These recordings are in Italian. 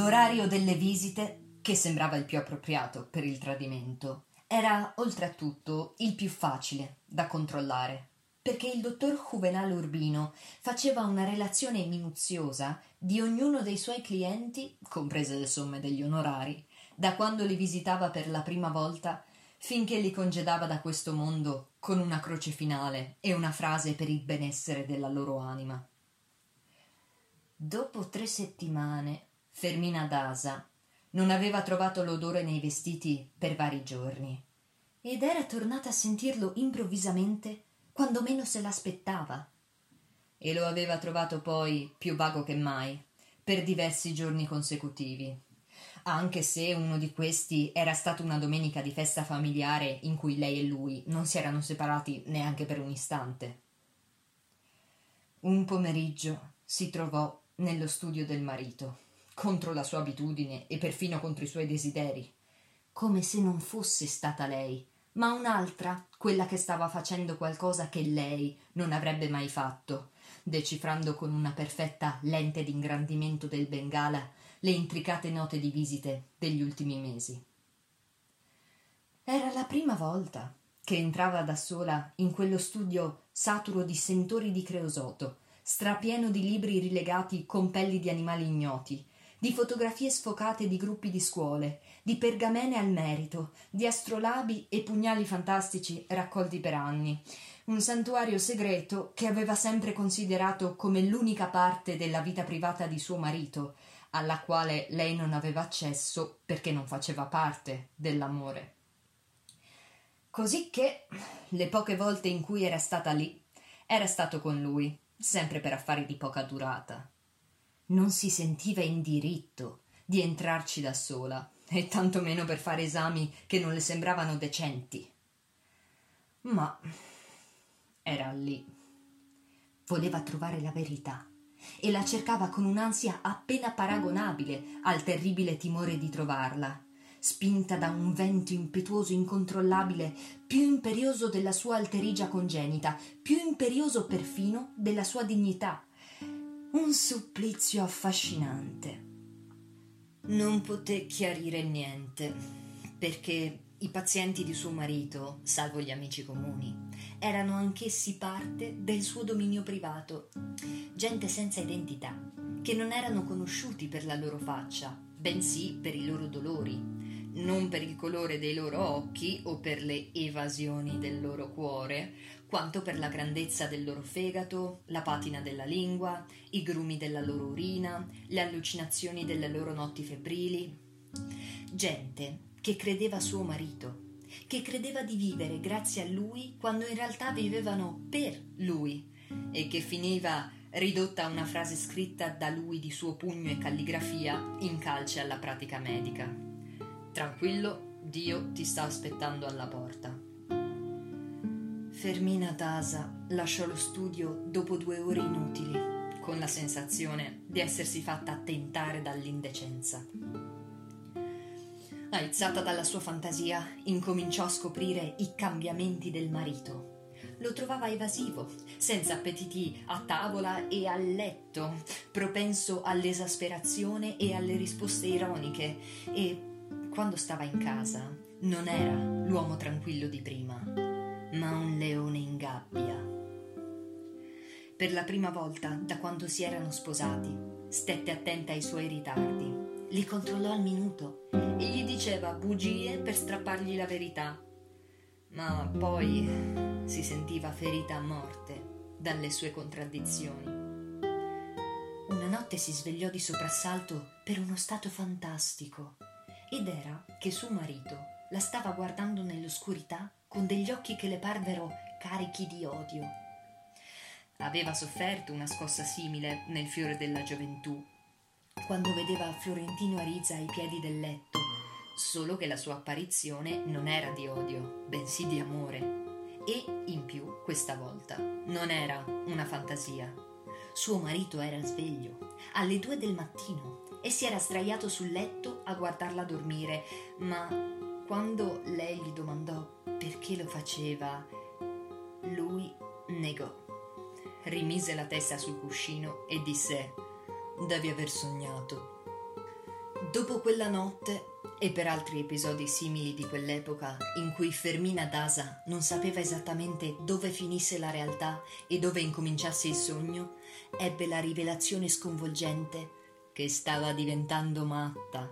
L'orario delle visite, che sembrava il più appropriato per il tradimento, era oltretutto il più facile da controllare, perché il dottor Juvenal Urbino faceva una relazione minuziosa di ognuno dei suoi clienti, comprese le somme degli onorari, da quando li visitava per la prima volta finché li congedava da questo mondo con una croce finale e una frase per il benessere della loro anima. Dopo 3 settimane, Fermina Dasa non aveva trovato l'odore nei vestiti per vari giorni ed era tornata a sentirlo improvvisamente quando meno se l'aspettava. E lo aveva trovato poi più vago che mai per diversi giorni consecutivi, anche se uno di questi era stato una domenica di festa familiare in cui lei e lui non si erano separati neanche per un istante. Un pomeriggio si trovò nello studio del marito, contro la sua abitudine e perfino contro i suoi desideri, come se non fosse stata lei, ma un'altra, quella che stava facendo qualcosa che lei non avrebbe mai fatto, decifrando con una perfetta lente d'ingrandimento del Bengala le intricate note di visite degli ultimi mesi. Era la prima volta che entrava da sola in quello studio saturo di sentori di creosoto, strapieno di libri rilegati con pelli di animali ignoti, di fotografie sfocate di gruppi di scuole, di pergamene al merito, di astrolabi e pugnali fantastici raccolti per anni. Un santuario segreto che aveva sempre considerato come l'unica parte della vita privata di suo marito, alla quale lei non aveva accesso perché non faceva parte dell'amore. Così che, le poche volte in cui era stata lì, era stato con lui, sempre per affari di poca durata. Non si sentiva in diritto di entrarci da sola, e tantomeno per fare esami che non le sembravano decenti. Ma era lì. Voleva trovare la verità e la cercava con un'ansia appena paragonabile al terribile timore di trovarla, spinta da un vento impetuoso incontrollabile, più imperioso della sua alterigia congenita, più imperioso perfino della sua dignità. Un supplizio affascinante. Non poté chiarire niente, perché i pazienti di suo marito, salvo gli amici comuni, erano anch'essi parte del suo dominio privato, gente senza identità, che non erano conosciuti per la loro faccia, bensì per i loro dolori, non per il colore dei loro occhi o per le evasioni del loro cuore, quanto per la grandezza del loro fegato, la patina della lingua, i grumi della loro urina, le allucinazioni delle loro notti febbrili. Gente che credeva suo marito, che credeva di vivere grazie a lui quando in realtà vivevano per lui e che finiva ridotta a una frase scritta da lui di suo pugno e calligrafia in calce alla pratica medica. Tranquillo, Dio ti sta aspettando alla porta. Fermina Dasa lasciò lo studio dopo 2 ore inutili, con la sensazione di essersi fatta tentare dall'indecenza. Aizzata dalla sua fantasia, incominciò a scoprire i cambiamenti del marito. Lo trovava evasivo, senza appetiti a tavola e a letto, propenso all'esasperazione e alle risposte ironiche, e quando stava in casa non era l'uomo tranquillo di prima, ma un leone in gabbia. Per la prima volta da quando si erano sposati, stette attenta ai suoi ritardi, li controllò al minuto e gli diceva bugie per strappargli la verità, ma poi si sentiva ferita a morte dalle sue contraddizioni. Una notte si svegliò di soprassalto per uno stato fantastico, ed era che suo marito la stava guardando nell'oscurità con degli occhi che le parvero carichi di odio. Aveva sofferto una scossa simile nel fiore della gioventù, quando vedeva Florentino Ariza ai piedi del letto, solo che la sua apparizione non era di odio, bensì di amore. E, in più, questa volta, non era una fantasia. Suo marito era sveglio, alle 2 del mattino, e si era sdraiato sul letto a guardarla dormire, ma quando lei gli domandò perché lo faceva, lui negò. Rimise la testa sul cuscino e disse: «Devi aver sognato». Dopo quella notte, e per altri episodi simili di quell'epoca in cui Fermina Daza non sapeva esattamente dove finisse la realtà e dove incominciasse il sogno, ebbe la rivelazione sconvolgente che stava diventando matta.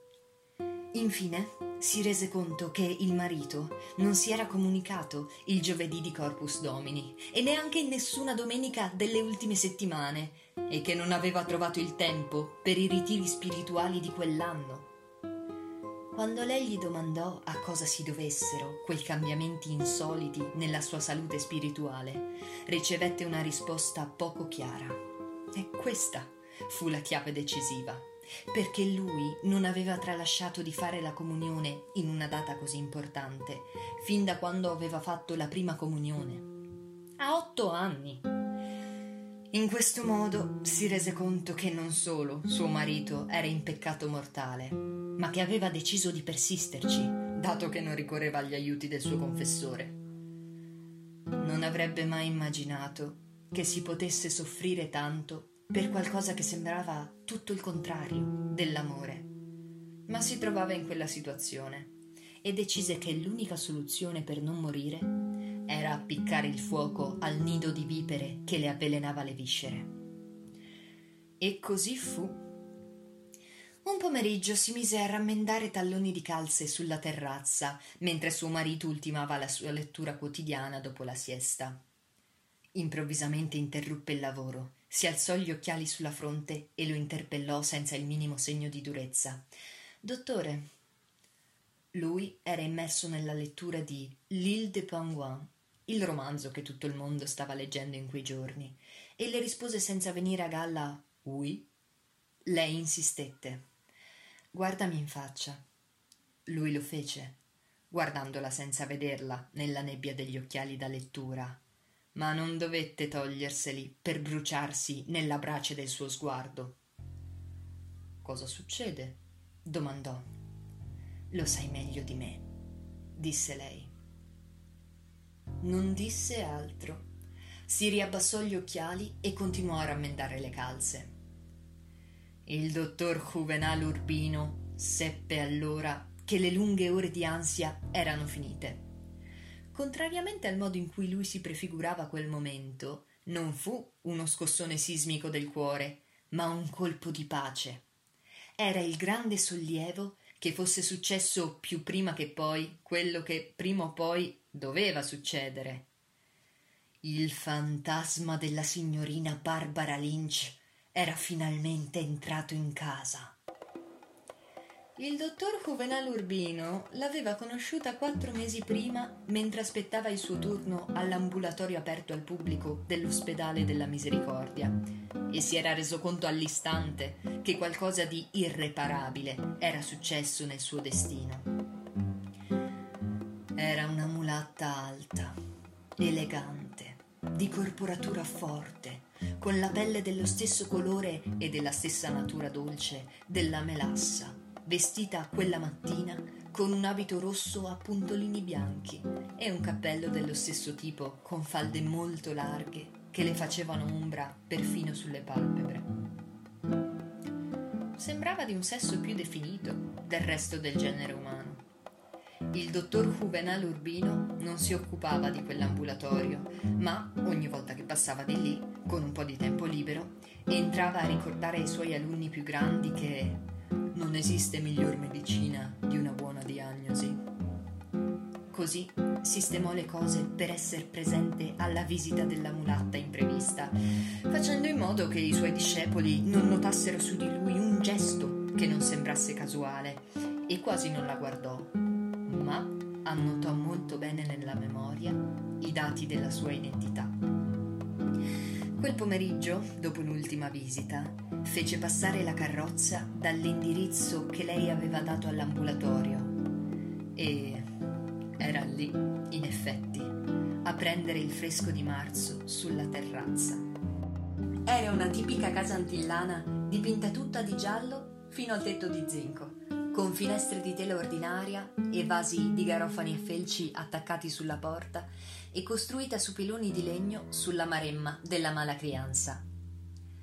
Infine si rese conto che il marito non si era comunicato il giovedì di Corpus Domini e neanche in nessuna domenica delle ultime settimane, e che non aveva trovato il tempo per i ritiri spirituali di quell'anno. Quando lei gli domandò a cosa si dovessero quei cambiamenti insoliti nella sua salute spirituale, ricevette una risposta poco chiara. E questa fu la chiave decisiva, perché lui non aveva tralasciato di fare la comunione in una data così importante, fin da quando aveva fatto la prima comunione. A 8 anni! In questo modo si rese conto che non solo suo marito era in peccato mortale, ma che aveva deciso di persisterci, dato che non ricorreva agli aiuti del suo confessore. Non avrebbe mai immaginato che si potesse soffrire tanto per qualcosa che sembrava tutto il contrario dell'amore, ma si trovava in quella situazione e decise che l'unica soluzione per non morire era appiccare il fuoco al nido di vipere che le avvelenava le viscere. E così fu. Un pomeriggio si mise a rammendare talloni di calze sulla terrazza, mentre suo marito ultimava la sua lettura quotidiana dopo la siesta. Improvvisamente interruppe il lavoro, si alzò gli occhiali sulla fronte e lo interpellò senza il minimo segno di durezza. «Dottore». Lui era immerso nella lettura di L'Île de Penguin, il romanzo che tutto il mondo stava leggendo in quei giorni, e le rispose senza venire a galla «Oui». Lei insistette. «Guardami in faccia». Lui lo fece, guardandola senza vederla nella nebbia degli occhiali da lettura, ma non dovette toglierseli per bruciarsi nella brace del suo sguardo. «Cosa succede?» domandò. «Lo sai meglio di me», disse lei. Non disse altro. Si riabbassò gli occhiali e continuò a rammendare le calze. Il dottor Juvenal Urbino seppe allora che le lunghe ore di ansia erano finite. Contrariamente al modo in cui lui si prefigurava quel momento, non fu uno scossone sismico del cuore, ma un colpo di pace. Era il grande sollievo che fosse successo più prima che poi quello che prima o poi doveva succedere. Il fantasma della signorina Barbara Lynch era finalmente entrato in casa. Il dottor Juvenal Urbino l'aveva conosciuta 4 mesi prima, mentre aspettava il suo turno all'ambulatorio aperto al pubblico dell'ospedale della Misericordia, e si era reso conto all'istante che qualcosa di irreparabile era successo nel suo destino. Era una mulatta alta, elegante, di corporatura forte, con la pelle dello stesso colore e della stessa natura dolce della melassa, vestita quella mattina con un abito rosso a puntolini bianchi e un cappello dello stesso tipo con falde molto larghe che le facevano ombra perfino sulle palpebre. Sembrava di un sesso più definito del resto del genere umano. Il dottor Juvenal Urbino non si occupava di quell'ambulatorio, ma ogni volta che passava di lì, con un po' di tempo libero, entrava a ricordare ai suoi alunni più grandi che non esiste miglior medicina di una buona diagnosi. Così sistemò le cose per essere presente alla visita della mulatta imprevista, facendo in modo che i suoi discepoli non notassero su di lui un gesto che non sembrasse casuale, e quasi non la guardò, ma annotò molto bene nella memoria i dati della sua identità. Quel pomeriggio, dopo l'ultima visita, fece passare la carrozza dall'indirizzo che lei aveva dato all'ambulatorio e era lì, in effetti, a prendere il fresco di marzo sulla terrazza. Era una tipica casa antillana dipinta tutta di giallo fino al tetto di zinco, con finestre di tela ordinaria e vasi di garofani e felci attaccati sulla porta, e costruita su piloni di legno sulla maremma della Malacrianza.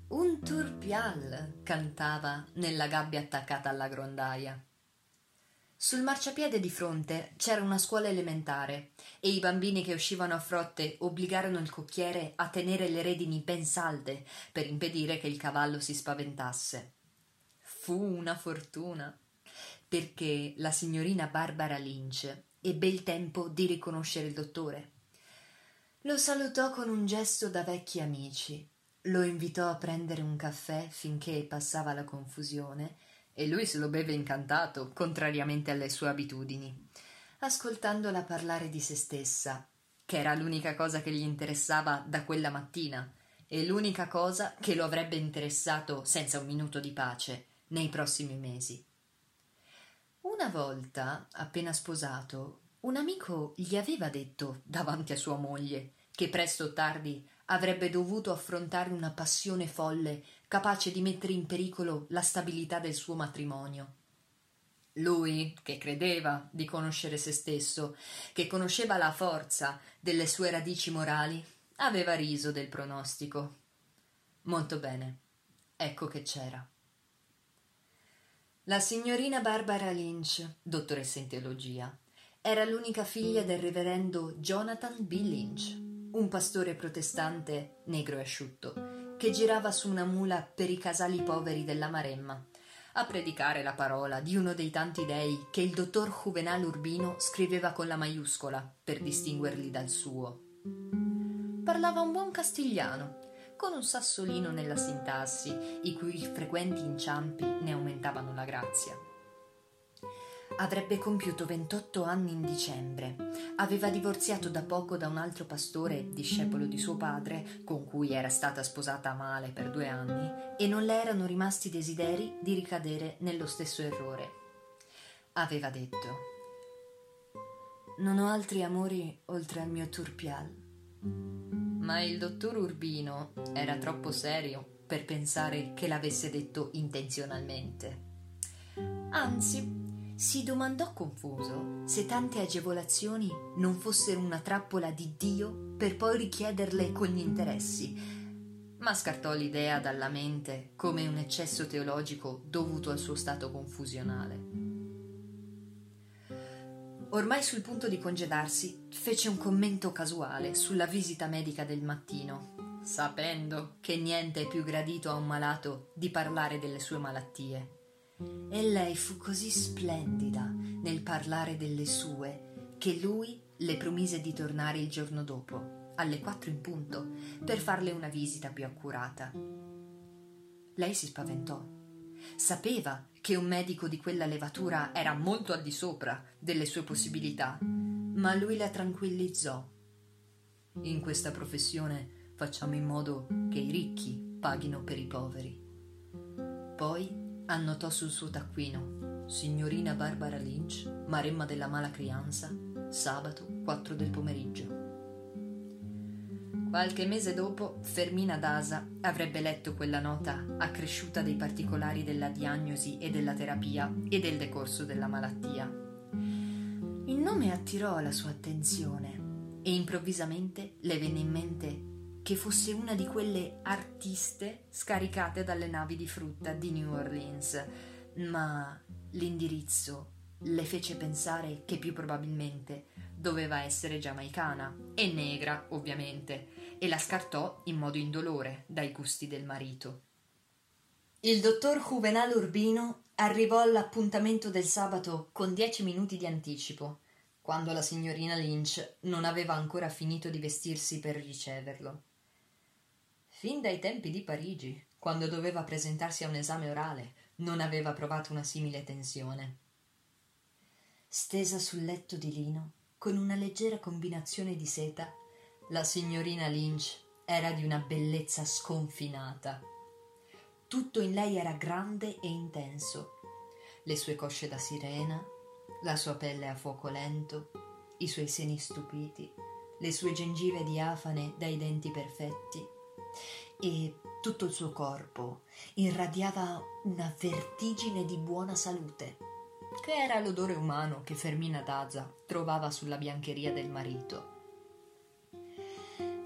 Un turpial cantava nella gabbia attaccata alla grondaia. Sul marciapiede di fronte c'era una scuola elementare e i bambini che uscivano a frotte obbligarono il cocchiere a tenere le redini ben salde per impedire che il cavallo si spaventasse. Fu una fortuna, perché la signorina Barbara Lynch ebbe il tempo di riconoscere il dottore. Lo salutò con un gesto da vecchi amici, lo invitò a prendere un caffè finché passava la confusione e lui se lo beve incantato, contrariamente alle sue abitudini, ascoltandola parlare di se stessa, che era l'unica cosa che gli interessava da quella mattina e l'unica cosa che lo avrebbe interessato senza un minuto di pace nei prossimi mesi. Una volta, appena sposato, un amico gli aveva detto davanti a sua moglie che presto o tardi avrebbe dovuto affrontare una passione folle capace di mettere in pericolo la stabilità del suo matrimonio. Lui, che credeva di conoscere se stesso, che conosceva la forza delle sue radici morali, aveva riso del pronostico. Molto bene, ecco che c'era. La signorina Barbara Lynch, dottoressa in teologia, era l'unica figlia del reverendo Jonathan B. Lynch, un pastore protestante negro e asciutto, che girava su una mula per i casali poveri della Maremma, a predicare la parola di uno dei tanti dei che il dottor Juvenal Urbino scriveva con la maiuscola per distinguerli dal suo. Parlava un buon castigliano, con un sassolino nella sintassi, i cui frequenti inciampi ne aumentavano la grazia. Avrebbe compiuto 28 anni in dicembre. Aveva divorziato da poco da un altro pastore, discepolo di suo padre, con cui era stata sposata male per 2 anni, e non le erano rimasti desideri di ricadere nello stesso errore. Aveva detto: «Non ho altri amori oltre al mio turpial». Ma il dottor Urbino era troppo serio per pensare che l'avesse detto intenzionalmente. Anzi, si domandò confuso se tante agevolazioni non fossero una trappola di Dio per poi richiederle con gli interessi, ma scartò l'idea dalla mente come un eccesso teologico dovuto al suo stato confusionale. Ormai sul punto di congedarsi, fece un commento casuale sulla visita medica del mattino, sapendo che niente è più gradito a un malato di parlare delle sue malattie. E lei fu così splendida nel parlare delle sue che lui le promise di tornare il giorno dopo, alle 4 in punto, per farle una visita più accurata. Lei si spaventò. Sapeva che un medico di quella levatura era molto al di sopra delle sue possibilità, ma lui la tranquillizzò. In questa professione facciamo in modo che i ricchi paghino per i poveri. Poi annotò sul suo taccuino: signorina Barbara Lynch, Maremma della Mala Crianza, sabato 4 del pomeriggio. Qualche mese dopo Fermina Dasa avrebbe letto quella nota accresciuta dei particolari della diagnosi e della terapia e del decorso della malattia. Il nome attirò la sua attenzione e improvvisamente le venne in mente che fosse una di quelle artiste scaricate dalle navi di frutta di New Orleans, ma l'indirizzo le fece pensare che più probabilmente doveva essere giamaicana e negra, ovviamente, e la scartò in modo indolore dai gusti del marito. Il dottor Juvenal Urbino arrivò all'appuntamento del sabato con 10 minuti di anticipo, quando la signorina Lynch non aveva ancora finito di vestirsi per riceverlo. Fin dai tempi di Parigi, quando doveva presentarsi a un esame orale, non aveva provato una simile tensione. Stesa sul letto di lino, con una leggera combinazione di seta, la signorina Lynch era di una bellezza sconfinata. Tutto in lei era grande e intenso. Le sue cosce da sirena, la sua pelle a fuoco lento, i suoi seni stupiti, le sue gengive diafane dai denti perfetti, e tutto il suo corpo irradiava una vertigine di buona salute, che era l'odore umano che Fermina Daza trovava sulla biancheria del marito.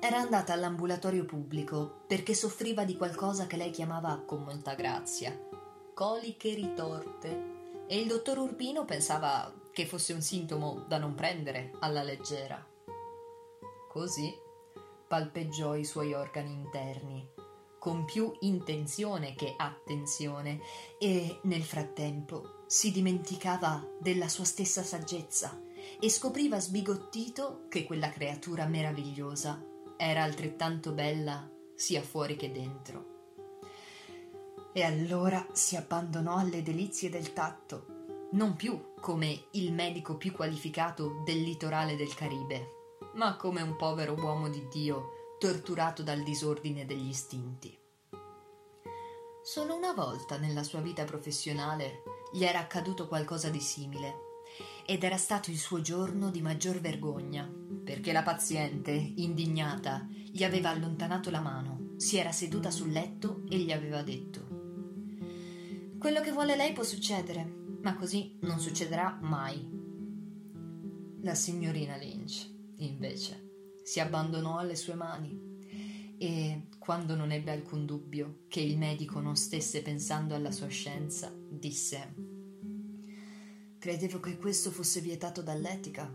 Era andata all'ambulatorio pubblico perché soffriva di qualcosa che lei chiamava con molta grazia coliche ritorte, e il dottor Urbino pensava che fosse un sintomo da non prendere alla leggera. Così palpeggiò i suoi organi interni con più intenzione che attenzione e nel frattempo si dimenticava della sua stessa saggezza e scopriva sbigottito che quella creatura meravigliosa era altrettanto bella sia fuori che dentro. E allora si abbandonò alle delizie del tatto, non più come il medico più qualificato del litorale del Caribe, ma come un povero uomo di Dio torturato dal disordine degli istinti. Solo una volta nella sua vita professionale gli era accaduto qualcosa di simile, ed era stato il suo giorno di maggior vergogna, perché la paziente, indignata, gli aveva allontanato la mano, si era seduta sul letto e gli aveva detto: «Quello che vuole lei può succedere, ma così non succederà mai». La signorina Lynch, invece, si abbandonò alle sue mani e, quando non ebbe alcun dubbio che il medico non stesse pensando alla sua scienza, disse: «Credevo che questo fosse vietato dall'etica».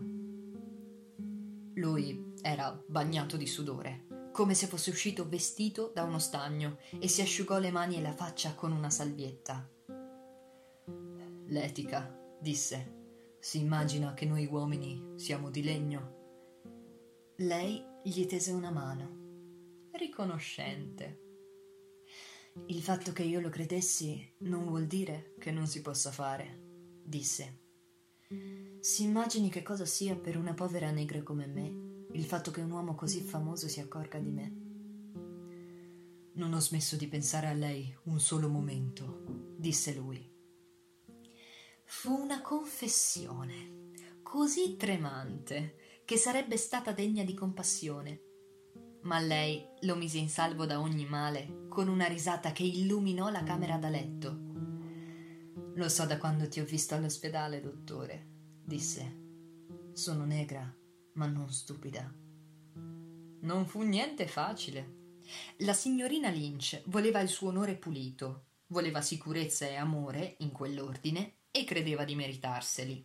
Lui era bagnato di sudore, come se fosse uscito vestito da uno stagno, e si asciugò le mani e la faccia con una salvietta. «L'etica», disse, «si immagina che noi uomini siamo di legno». Lei gli tese una mano, riconoscente. «Il fatto che io lo credessi non vuol dire che non si possa fare», disse. «Si immagini che cosa sia per una povera negra come me il fatto che un uomo così famoso si accorga di me». «Non ho smesso di pensare a lei un solo momento», disse lui. Fu una confessione così tremante che sarebbe stata degna di compassione, ma lei lo mise in salvo da ogni male con una risata che illuminò la camera da letto. «Lo so da quando ti ho visto all'ospedale, dottore», disse. «Sono negra, ma non stupida». Non fu niente facile. La signorina Lynch voleva il suo onore pulito, voleva sicurezza e amore in quell'ordine e credeva di meritarseli.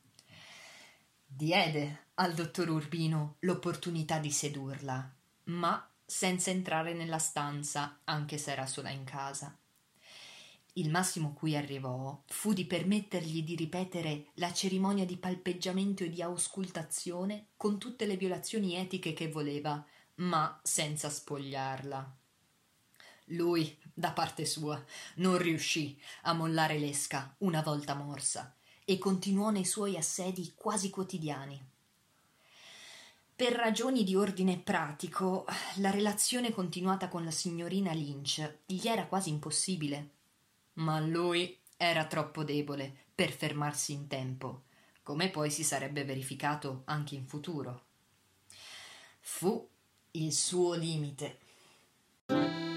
Diede al dottor Urbino l'opportunità di sedurla, ma senza entrare nella stanza, anche se era sola in casa. Il massimo cui arrivò fu di permettergli di ripetere la cerimonia di palpeggiamento e di auscultazione con tutte le violazioni etiche che voleva, ma senza spogliarla. Lui, da parte sua, non riuscì a mollare l'esca una volta morsa e continuò nei suoi assedi quasi quotidiani. Per ragioni di ordine pratico, la relazione continuata con la signorina Lynch gli era quasi impossibile, ma lui era troppo debole per fermarsi in tempo, come poi si sarebbe verificato anche in futuro. Fu il suo limite.